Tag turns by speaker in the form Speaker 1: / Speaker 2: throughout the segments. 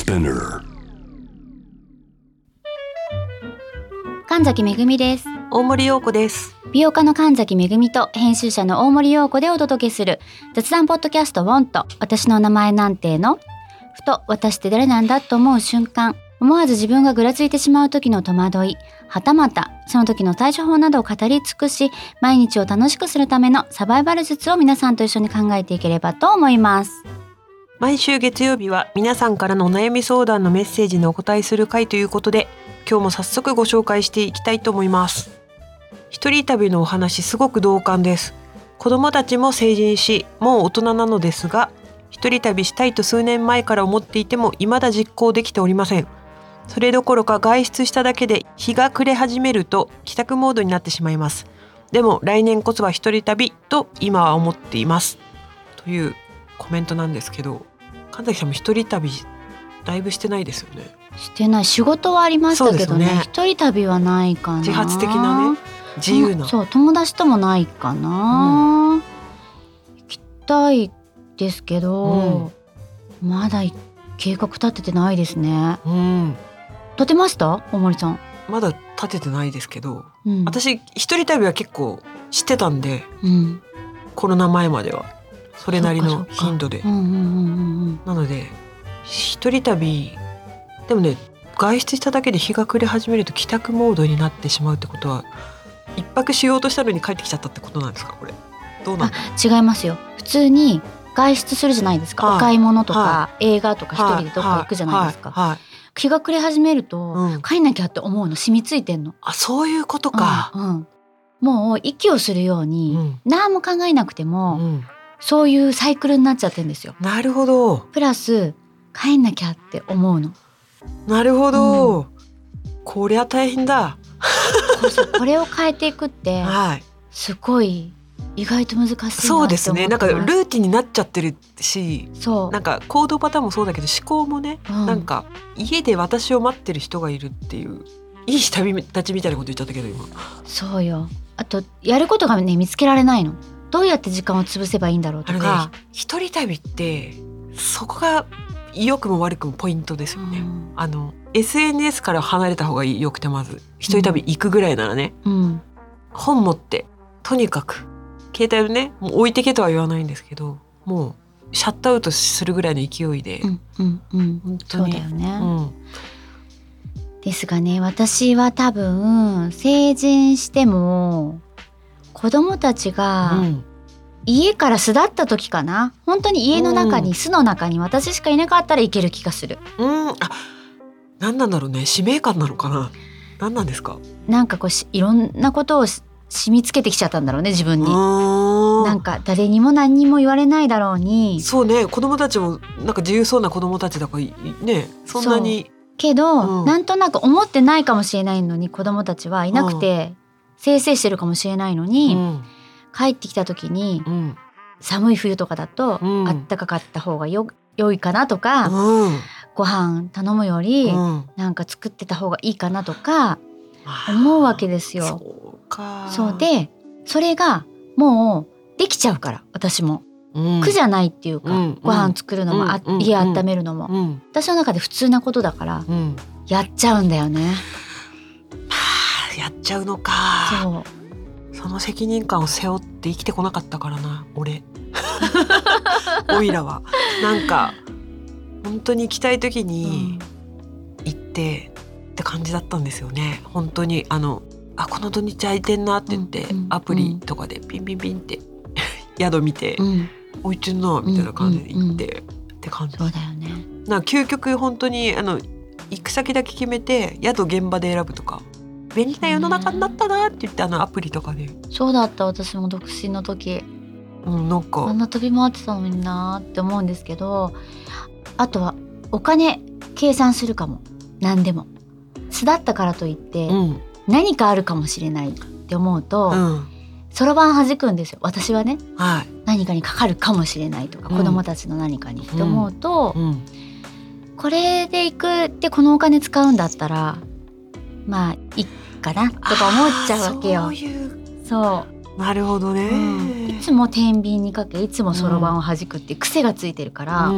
Speaker 1: Spinner.
Speaker 2: 神崎めぐみです。
Speaker 3: 大森洋子です。
Speaker 2: 美容家の神崎めぐみと編集者の大森洋子でお届けする雑談ポッドキャストウォンと私の名前なんてのふと私って誰なんだと思う瞬間、思わず自分がぐらついてしまう時の戸惑い、はたまたその時の対処法などを語り尽くし、毎日を楽しくするためのサバイバル術を皆さんと一緒に考えていければと思います。
Speaker 3: 毎週月曜日は皆さんからのお悩み相談のメッセージにお答えする回ということで、今日も早速ご紹介していきたいと思います。一人旅のお話、すごく同感です。子供たちも成人し、もう大人なのですが、一人旅したいと数年前から思っていても未だ実行できておりません。それどころか外出しただけで日が暮れ始めると帰宅モードになってしまいます。でも来年こそは一人旅と今は思っています、というコメントなんですけど、神崎さんも一人旅だいぶしてないですよね。
Speaker 2: してない。仕事はありましたけど ね、一人旅はないかな。
Speaker 3: 自発的なね、自由な、
Speaker 2: そう友達ともないかな、行きたいですけど、まだ計画立ててないですね。立てました大森さん？
Speaker 3: まだ立ててないですけど、私一人旅は結構知ってたんで、コロナ前まではそれなりの頻度で、なので一人旅でもね、外出しただけで日が暮れ始めると帰宅モードになってしまうってことは、一泊しようとしたのに帰ってきちゃったってことなんですか？これどうなんだ？
Speaker 2: 違いますよ。普通に外出するじゃないですか、お買い物とか、映画とか一人でどっか行くじゃないですか、日が暮れ始めると、帰んなきゃって思うの染みついてんの。
Speaker 3: そういうことか、
Speaker 2: もう息をするように、何も考えなくても、そういうサイクルになっちゃってるんですよ。
Speaker 3: なるほど。
Speaker 2: プラス帰んなきゃって思うの。
Speaker 3: なるほど、こりゃ大変だ。
Speaker 2: これを変えていくって、すごい意外と難しいなって思ってます。
Speaker 3: そうですね。なんかルーティンになっちゃってるし、なんか行動パターンもそうだけど思考もね、なんか家で私を待ってる人がいるっていう、いい旅立ちみたいなこと言っちゃったけど今。
Speaker 2: そうよ。あとやることがね見つけられないの。どうやって時間を潰せばいいんだろうとか、
Speaker 3: 一人旅ってそこが良くも悪くもポイントですよね。SNS から離れた方がよくて、まず一人旅行くぐらいならね、本持ってとにかく携帯をね、もう置いてけとは言わないんですけど、もうシャットアウトするぐらいの勢いで、本当に
Speaker 2: そうだよね、ですがね、私は多分成人しても子供たちが、家から巣立った時かな、本当に家の中に、巣の中に私しかいなかったらいける気がする。
Speaker 3: 何なんだろうね、使命感なのかな、何なんですか？
Speaker 2: なんかいろんなことを染みつけてきちゃったんだろうね、自分に。なんか誰にも何にも言われないだろうに。
Speaker 3: そうね、子供たちもなんか自由そうな子供たちだからね、そんなに
Speaker 2: けど、なんとなく思ってないかもしれないのに、子供たちはいなくて、せいせいしてるかもしれないのに、帰ってきた時に、寒い冬とかだと、あったかかった方が良いかなとか、ご飯頼むより、なんか作ってた方がいいかなとか思うわけですよ。そうで、それがもうできちゃうから、私も苦じゃないっていうか、ご飯作るのも、家温めるのも、私の中で普通なことだから、やっちゃうんだよね。
Speaker 3: やっちゃうのか。その責任感を背負って生きてこなかったからな、俺おいらは。なんか本当に行きたい時に行ってって感じだったんですよね。本当にこの土日空いてんなって言って、アプリとかでピンピンピンって宿見て、置いてんなみたいな感じで行って、って感じ。
Speaker 2: そうだよね。
Speaker 3: なんか究極本当に行く先だけ決めて宿現場で選ぶとか、便利な世の中になったなって言って、アプリとかで。
Speaker 2: そうだった、私も独身の時、
Speaker 3: なんか
Speaker 2: あんな飛び回ってたのになって思うんですけど、あとはお金計算するかも。何でも巣立ったからといって、何かあるかもしれないって思うと、そろばん弾くんですよ、私はね。何かにかかるかもしれないとか、子供たちの何かにって思うと、これで行くってこのお金使うんだったらまあいいかなとか思っちゃうわけよ。そう
Speaker 3: なるほどね、
Speaker 2: いつも天秤にかけ、いつもそろばんを弾くっていう癖がついてるから、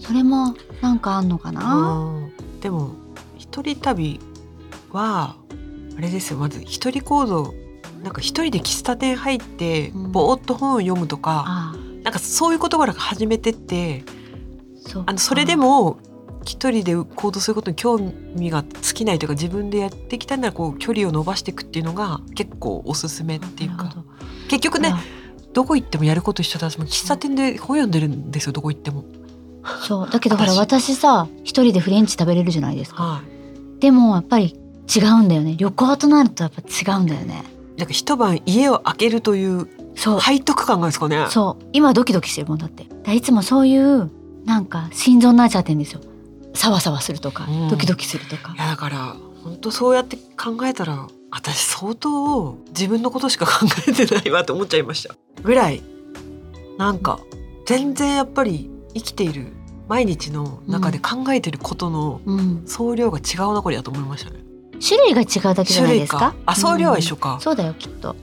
Speaker 2: それもなんかあんのかな。
Speaker 3: でも一人旅はあれですよ、まず一人行動、なんか一人で喫茶店入ってぼーっと本を読むとか、なんかそういうことから始めてって、それでも一人で行動することに興味が尽きないというか、自分でやってきたならこう距離を伸ばしていくっていうのが結構おすすめっていうか、結局ね、どこ行ってもやること一緒だし、喫茶店で本読んでるんですよ、どこ行っても。
Speaker 2: そうだけどほら私さ一人でフレンチ食べれるじゃないですか、
Speaker 3: はい、
Speaker 2: でもやっぱり違うんだよね。旅行となるとやっぱ違うんだよね。
Speaker 3: なんか一晩家を空けるという背徳感がですかね。
Speaker 2: そう今ドキドキしてるもんだって。いつもそういうなんか心臓になっちゃってんですよ。サワサワするとか、ドキドキするとか。
Speaker 3: いやだから本当そうやって考えたら私相当自分のことしか考えてないわって思っちゃいましたぐらい、なんか全然やっぱり生きている毎日の中で考えてることの総量が違うなこれだと思いましたね。
Speaker 2: 種類が違うだけじゃないですか。
Speaker 3: 総量は一緒か、
Speaker 2: そうだよきっと。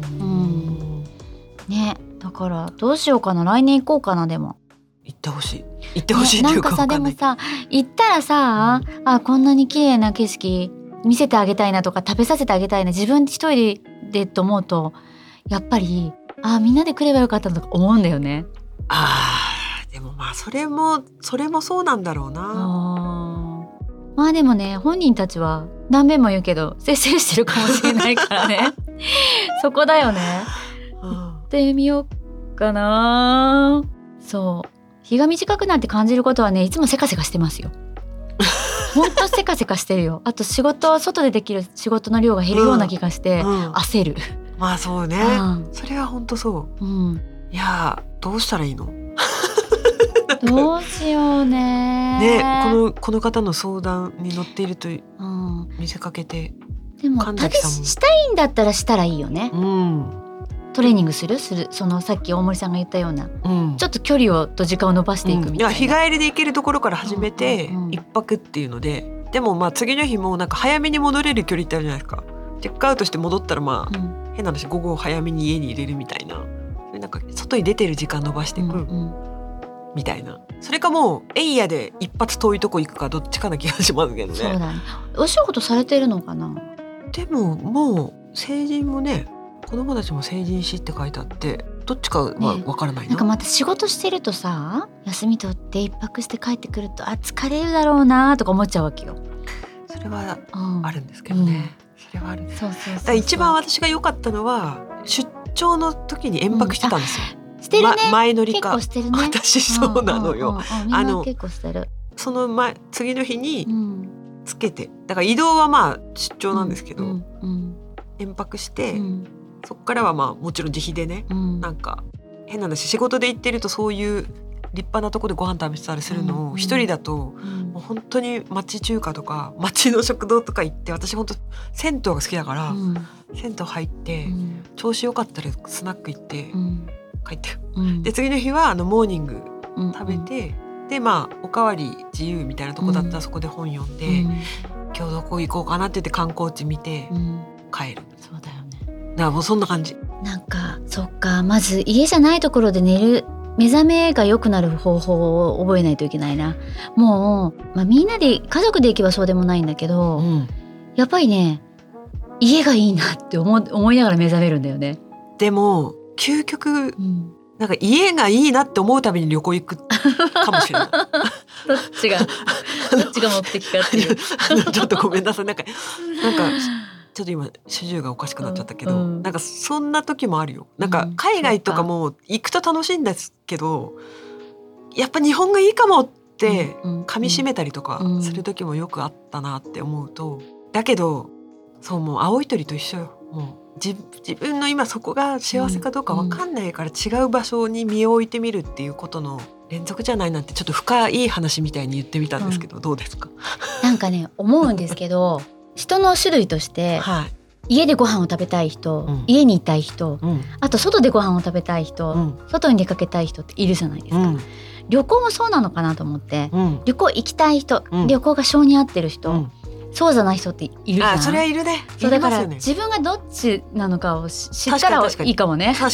Speaker 2: ね、だからどうしようかな、来年行こうかな。でも
Speaker 3: 行ってほしい、行ってほしいっていうか、
Speaker 2: なんかさ、でもさ行ったらさ、こんなに綺麗な景色見せてあげたいなとか食べさせてあげたいな、自分一人でと思うとやっぱりみんなで来ればよかったとか思うんだよね。
Speaker 3: でもまあそれもそうなんだろうな。
Speaker 2: まあでもね、本人たちは何遍も言うけど節制してるかもしれないからねそこだよね。行ってみようかな。そう日が短くなって感じることはね、いつもせかせかしてますよほんとせかせかしてるよ。あと外でできる仕事の量が減るような気がして、焦る。
Speaker 3: まあそうね、それは本当そう、いやどうしたらいいの
Speaker 2: どうしようね。
Speaker 3: この方の相談に乗っていると見せかけて、
Speaker 2: でも旅したいんだったらしたらいいよね。トレーニングするそのさっき大森さんが言ったような、ちょっと距離と時間を伸ばしていくみたいな、
Speaker 3: 日帰りで行けるところから始めて一泊っていうので、でもまあ次の日もなんか早めに戻れる距離ってあるじゃないですか。チェックアウトして戻ったらまあ、変な話午後早めに家に入れるみたいな、なんか外に出てる時間伸ばしていく、みたいな。それかもうエイヤで一発遠いとこ行くかどっちかな気がしますけどね。
Speaker 2: そうだね。お仕事されてるのかな。
Speaker 3: でももう成人もね、子供たちも成人しって書いてあって、どっちかは分からないな。
Speaker 2: なんかまた仕事してるとさ、休み取って一泊して帰ってくると疲れるだろうなとか思っちゃうわけよ。
Speaker 3: それはあるんですけどね、それはある。そう一番私が良かったのは出張の時に延泊してたんですよ、
Speaker 2: してるね、
Speaker 3: 前乗りか。
Speaker 2: 結構してるね。
Speaker 3: 私そうなのよ。
Speaker 2: みんな結構してる。
Speaker 3: その次の日につけて、だから移動はまあ出張なんですけど、延泊して、そこからはまあもちろん自費でね、なんか変な話、仕事で行ってるとそういう立派なとこでご飯食べてたりするのを一人だと、もう本当に町中華とか町の食堂とか行って、私本当銭湯が好きだから、銭湯入って、調子よかったらスナック行って、帰って、で次の日はモーニング食べて、でまあおかわり自由みたいなとこだったらそこで本読んで、今日どこ行こうかなって言って観光地見て帰る。
Speaker 2: そうだよね。
Speaker 3: だからもうそんな感じ。
Speaker 2: なんかそっか、まず家じゃないところで寝る、目覚めが良くなる方法を覚えないといけないな。もう、みんなで家族で行けばそうでもないんだけど、やっぱりね家がいいなって思いながら目覚めるんだよね。
Speaker 3: でも究極、なんか家がいいなって思うたびに旅行行くかもしれないどっ
Speaker 2: ちが目的かっていう
Speaker 3: ちょっとごめんなさい、なんかちょっと今主従がおかしくなっちゃったけど、なんかそんな時もあるよ。なんか海外とかも行くと楽しいんですけど、やっぱ日本がいいかもって噛み締めたりとかする時もよくあったなって思うと、だけどそう、もう青い鳥と一緒よ。もう自分の今そこが幸せかどうか分かんないから、違う場所に身を置いてみるっていうことの連続じゃないなんて、ちょっと深い話みたいに言ってみたんですけど、どうですか。
Speaker 2: なんかね思うんですけど人の種類として、家でご飯を食べたい人、家にいたい人、あと外でご飯を食べたい人、外に出かけたい人っているじゃないですか、旅行もそうなのかなと思って、旅行行きたい人、旅行が性に合ってる人、そうじゃない人っているじゃん。
Speaker 3: それはいるね。
Speaker 2: そうだから自分がどっちなのかを知ったらいいかもね。
Speaker 3: 確かに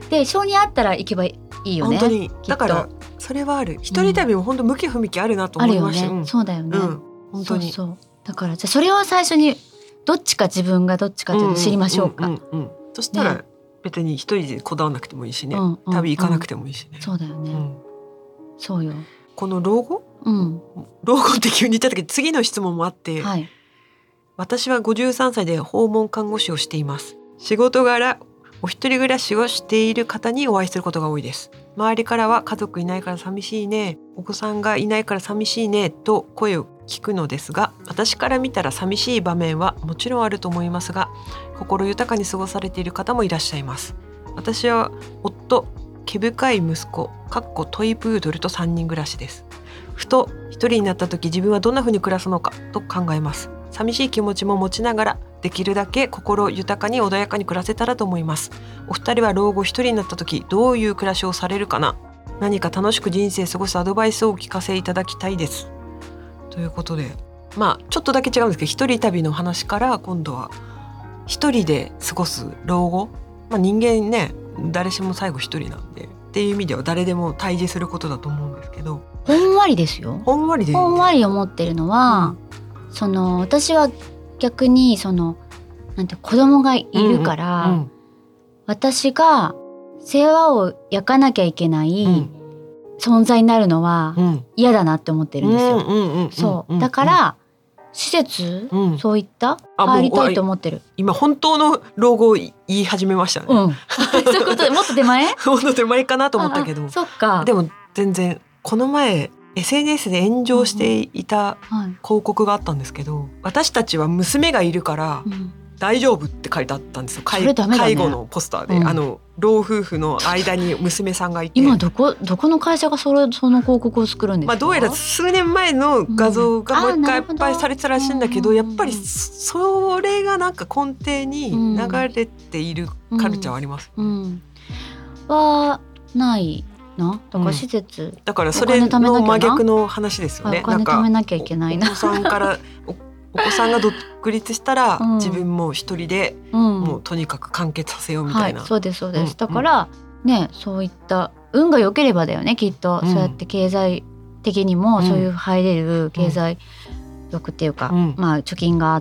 Speaker 2: で性に合ったら行けばいいよね。
Speaker 3: 本当にだからそれはある。一人旅も本当向き不向きあるなと思いました。
Speaker 2: あるよね、そうだよね、
Speaker 3: 本当に
Speaker 2: そうだからじゃあそれを最初にどっちか自分がどっちかというのを知りましょうか。
Speaker 3: そしたら別に一人でこだわらなくてもいいしね、旅行かなくてもいいしね。
Speaker 2: そうだよね、そうよ。
Speaker 3: この老後、老後って急に言った時次の質問もあって、私は53歳で訪問看護師をしています。仕事柄お一人暮らしをしている方にお会いすることが多いです。周りからは家族いないから寂しいね、お子さんがいないから寂しいねと声を聞くのですが、私から見たら寂しい場面はもちろんあると思いますが、心豊かに過ごされている方もいらっしゃいます。私は夫、毛深い息子トイプードルと3人暮らしです。ふと一人になった時、自分はどんな風に暮らすのかと考えます。寂しい気持ちも持ちながらできるだけ心豊かに穏やかに暮らせたらと思います。お二人は老後一人になった時どういう暮らしをされるかな。何か楽しく人生過ごすアドバイスをお聞かせいただきたいです、ということで、ちょっとだけ違うんですけど、一人旅の話から今度は一人で過ごす老後、人間ね誰しも最後一人なんでっていう意味では誰でも対峙することだと思うんですけど、
Speaker 2: ほんわりですよ。
Speaker 3: ほんわりで
Speaker 2: ほんわり思ってるのは、私は逆になんて子供がいるから、私が世話を焼かなきゃいけない存在になるのは嫌だなって思ってるんですよ。そうだから施設、そういった入りたいと思ってる。
Speaker 3: 今本当の老後を言い始めましたね。
Speaker 2: そういうことでもっと手前
Speaker 3: もっと手前かなと思ったけど、
Speaker 2: そっか。
Speaker 3: でも全然この前SNS で炎上していた広告があったんですけど、私たちは娘がいるから大丈夫って書いてあったんですよ。介護のポスターで、老夫婦の間に娘さんがいて、
Speaker 2: 今どこの会社がその広告を作るんですか。
Speaker 3: どうやら数年前の画像がもう一回いっぱいされてたらしいんだけど、やっぱりそれがなんか根底に流れているカルチャーはあります、
Speaker 2: はないな。だから施設、
Speaker 3: だからそれの真逆の話ですよね。
Speaker 2: お金貯めなきゃいけないな。
Speaker 3: お子さんからお子さんが独立したら、自分も一人で、もうとにかく完結させようみたいな、
Speaker 2: そうですそうです。だから、そういった運が良ければだよねきっと、そうやって経済的にもそういう入れる経済力っていうか、貯金があって、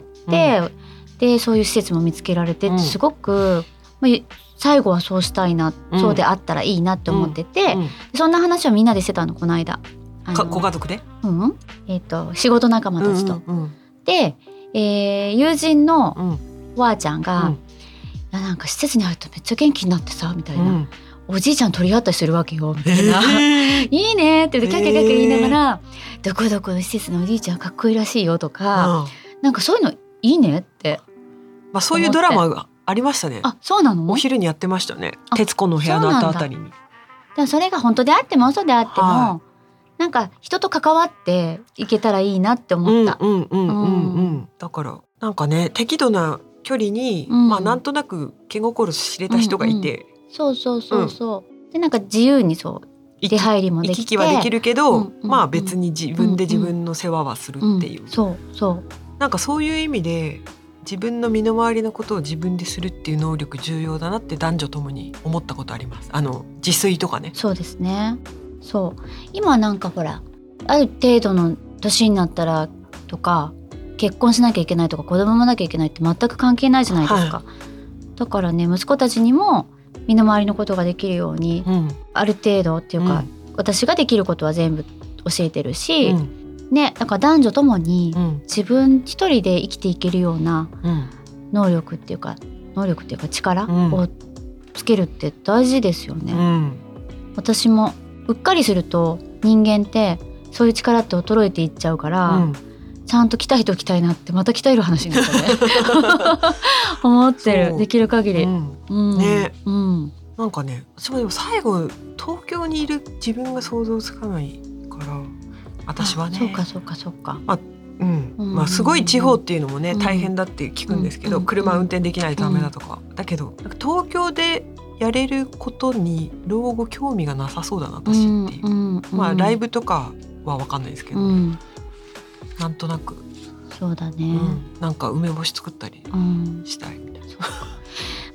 Speaker 2: でそういう施設も見つけられてって、すごく、最後はそうしたいな、そうであったらいいなって思ってて、そんな話をみんなでしてたのこの間。
Speaker 3: ご家族で？
Speaker 2: 仕事仲間たちと。で、友人のおばあちゃんが、なんか施設に入るとめっちゃ元気になってさみたいな、おじいちゃん取り合ったりするわけよみたいな、いいねって言ってキャキャキャキャ言いながら、どこどこの施設のおじいちゃんかっこいいらしいよとか、なんかそういうのいいねって。
Speaker 3: そういうドラマがありましたね。
Speaker 2: そうなの？
Speaker 3: お昼にやってましたね。徹子の部屋のあたりに。
Speaker 2: でもそれが本当であっても嘘であっても、なんか人と関わっていけたらいいなって思った。
Speaker 3: だからなんかね、適度な距離に、なんとなく気心知れた人がいて、そうでなんか自由に出入りもできて行き来はできるけど、別に自分で自分の世話はするっていう、なんかそういう意味で自分の身の回りのことを自分でするっていう能力重要だなって男女ともに思ったことあります。自炊とかね。
Speaker 2: そうですね。今なんかほら、ある程度の年になったらとか、結婚しなきゃいけないとか子供もなきゃいけないって全く関係ないじゃないですか、だからね、息子たちにも身の回りのことができるように、ある程度っていうか、私ができることは全部教えてるし、だから男女ともに自分一人で生きていけるような能力っていうか力をつけるって大事ですよね、私もうっかりすると人間ってそういう力って衰えていっちゃうから、ちゃんと鍛えておきたいなって、また鍛える話になったね思ってる。できる限り、なんかね、
Speaker 3: 私もでも最後東京にいる自分が想像つかないから、私はね、
Speaker 2: そうか、
Speaker 3: すごい地方っていうのもね、大変だって聞くんですけど、車運転できないとダメだとか、だけどなんか東京でやれることに老後興味がなさそうだな私っていう、ライブとかは分かんないですけど、なんとなく
Speaker 2: そうだね、
Speaker 3: なんか梅干し作ったりしたいみたいな、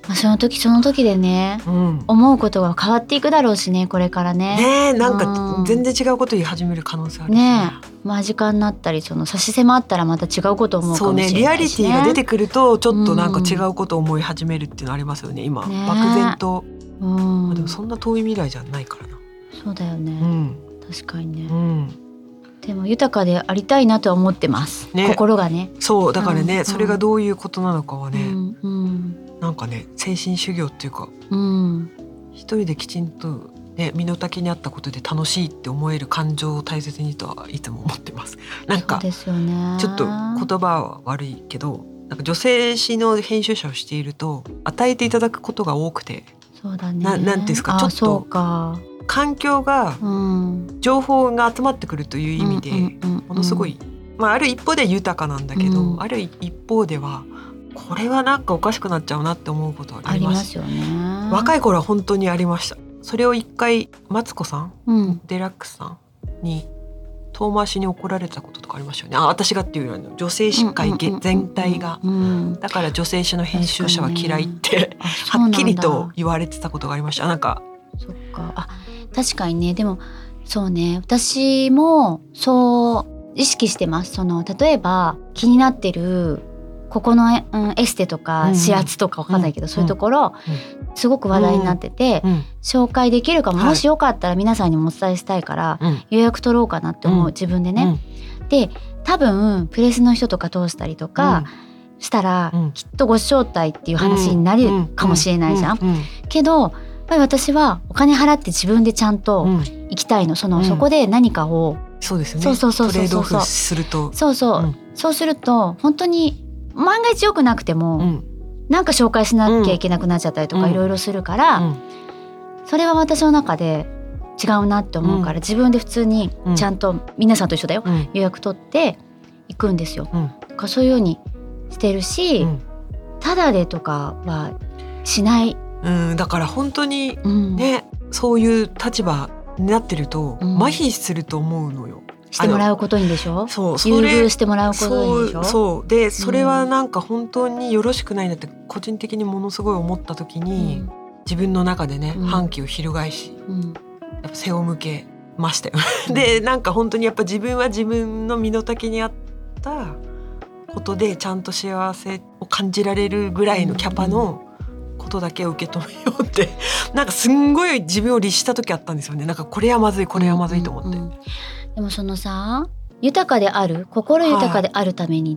Speaker 2: その時その時でね、思うことが変わっていくだろうしね、これからね。
Speaker 3: なんか全然違うこと言い始める可能性あるし
Speaker 2: ね。間近になったり、その差し迫ったらまた違うこと思うかもしれないしね。
Speaker 3: リアリティが出てくるとちょっとなんか違うことを思い始めるっていうのありますよね、今、漠然と。でもそんな遠い未来じゃないからな。
Speaker 2: そうだよね、確かにね、でも豊かでありたいなとは思ってます、心がね。
Speaker 3: そうだからね、それがどういうことなのかはね、なんかね、精神修行っていうか、一人できちんとね、身の丈にあったことで楽しいって思える感情を大切にとはいつも思ってます。なんか
Speaker 2: そうですよね、
Speaker 3: ちょっと言葉は悪いけど、なんか女性誌の編集者をしていると与えていただくことが多くて、
Speaker 2: そうだね、
Speaker 3: なんていうんですか、ちょっと環境が、情報が集まってくるという意味でものすごい、ある一方で豊かなんだけど、ある一方ではこれはなんかおかしくなっちゃうなって思うことはあります。
Speaker 2: ありますよね。
Speaker 3: 若い頃は本当にありました。それを一回マツコさん、デラックスさんに遠回しに怒られたこととかありましたよね。私がっていうより女性誌界全体が、だから女性誌の編集者は嫌いってはっきりと言われてたことがありました。なんか
Speaker 2: そっか、確かにね。でもそうね、私もそう意識してます。その例えば気になってるここの、エステとか指圧とかわかんないけど、そういうところ、すごく話題になってて、紹介できるかも、もしよかったら皆さんにもお伝えしたいから、予約取ろうかなって思う、自分でね。で多分プレスの人とか通したりとかしたら、きっとご招待っていう話になるかもしれないじゃん。けどやっぱり私はお金払って自分でちゃんと行きたいの。そこで何かを、
Speaker 3: そうですね、
Speaker 2: トレ
Speaker 3: ードオフすると、
Speaker 2: そうすると本当に万が一良くなくても、なんか紹介しなきゃいけなくなっちゃったりとかいろいろするから、それは私の中で違うなって思うから、自分で普通にちゃんと皆さんと一緒だよ、予約取って行くんですよ。だからそういうようにしてるし、ただでとかはしない。
Speaker 3: だから本当にね、そういう立場になってると麻痺すると思うのよ。
Speaker 2: してもらうことにでしょ。優遇してもらうことにでしょ。
Speaker 3: そうで、それはなんか本当によろしくないなって個人的にものすごい思った時に、自分の中でね、反旗を翻し、やっぱ背を向けましたよ。でなんか本当にやっぱ自分は自分の身の丈に合ったことでちゃんと幸せを感じられるぐらいのキャパのことだけを受け止めようってなんかすんごい自分を律した時あったんですよね。なんかこれはまずいこれはまずいと思って、
Speaker 2: でもそのさ、豊かである、心豊かであるためにって、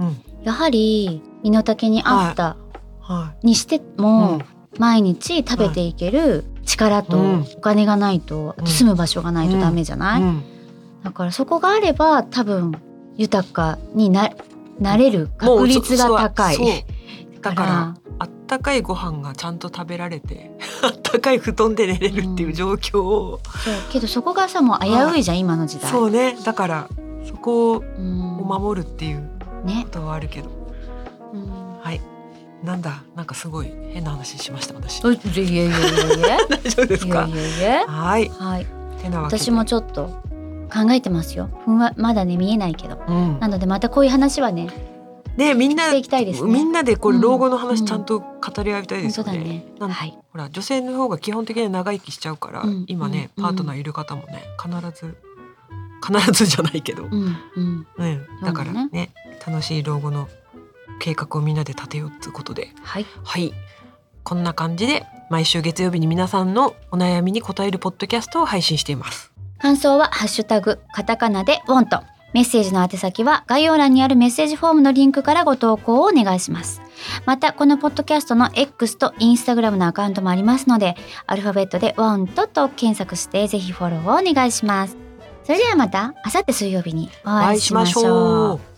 Speaker 2: やはり身の丈に合ったにしても、毎日食べていける力とお金がないと、住む場所がないとダメじゃない、だからそこがあれば多分豊かになれる確率が高い。
Speaker 3: だからあったかいご飯がちゃんと食べられてあったかい布団で寝れるっていう状況を、
Speaker 2: そうけどそこがさ、もう危ういじゃん、今の時代。
Speaker 3: そうね、だからそこを守るっていうことはあるけど、はい、なんかすごい変な話しました私。
Speaker 2: いや
Speaker 3: 大丈夫ですか。はい、
Speaker 2: てなわけで私もちょっと考えてますよ。まだね見えないけど、なのでまたこういう話はねみんな
Speaker 3: でこれ老後の話ちゃんと語り合いたいですよね。ほら女性の方が基本的に長生きしちゃうから、今ねパートナーいる方もね必ずじゃないけど、だからね、楽しい老後の計画をみんなで立てようということで、はい、こんな感じで毎週月曜日に皆さんのお悩みに答えるポッドキャストを配信しています。
Speaker 2: 感想はハッシュタグカタカナでウォント。メッセージの宛先は概要欄にあるメッセージフォームのリンクからご投稿をお願いします。またこのポッドキャストの X と Instagram のアカウントもありますので、アルファベットでウォントと検索してぜひフォローをお願いします。それではまた明後日水曜日にお会いしましょう。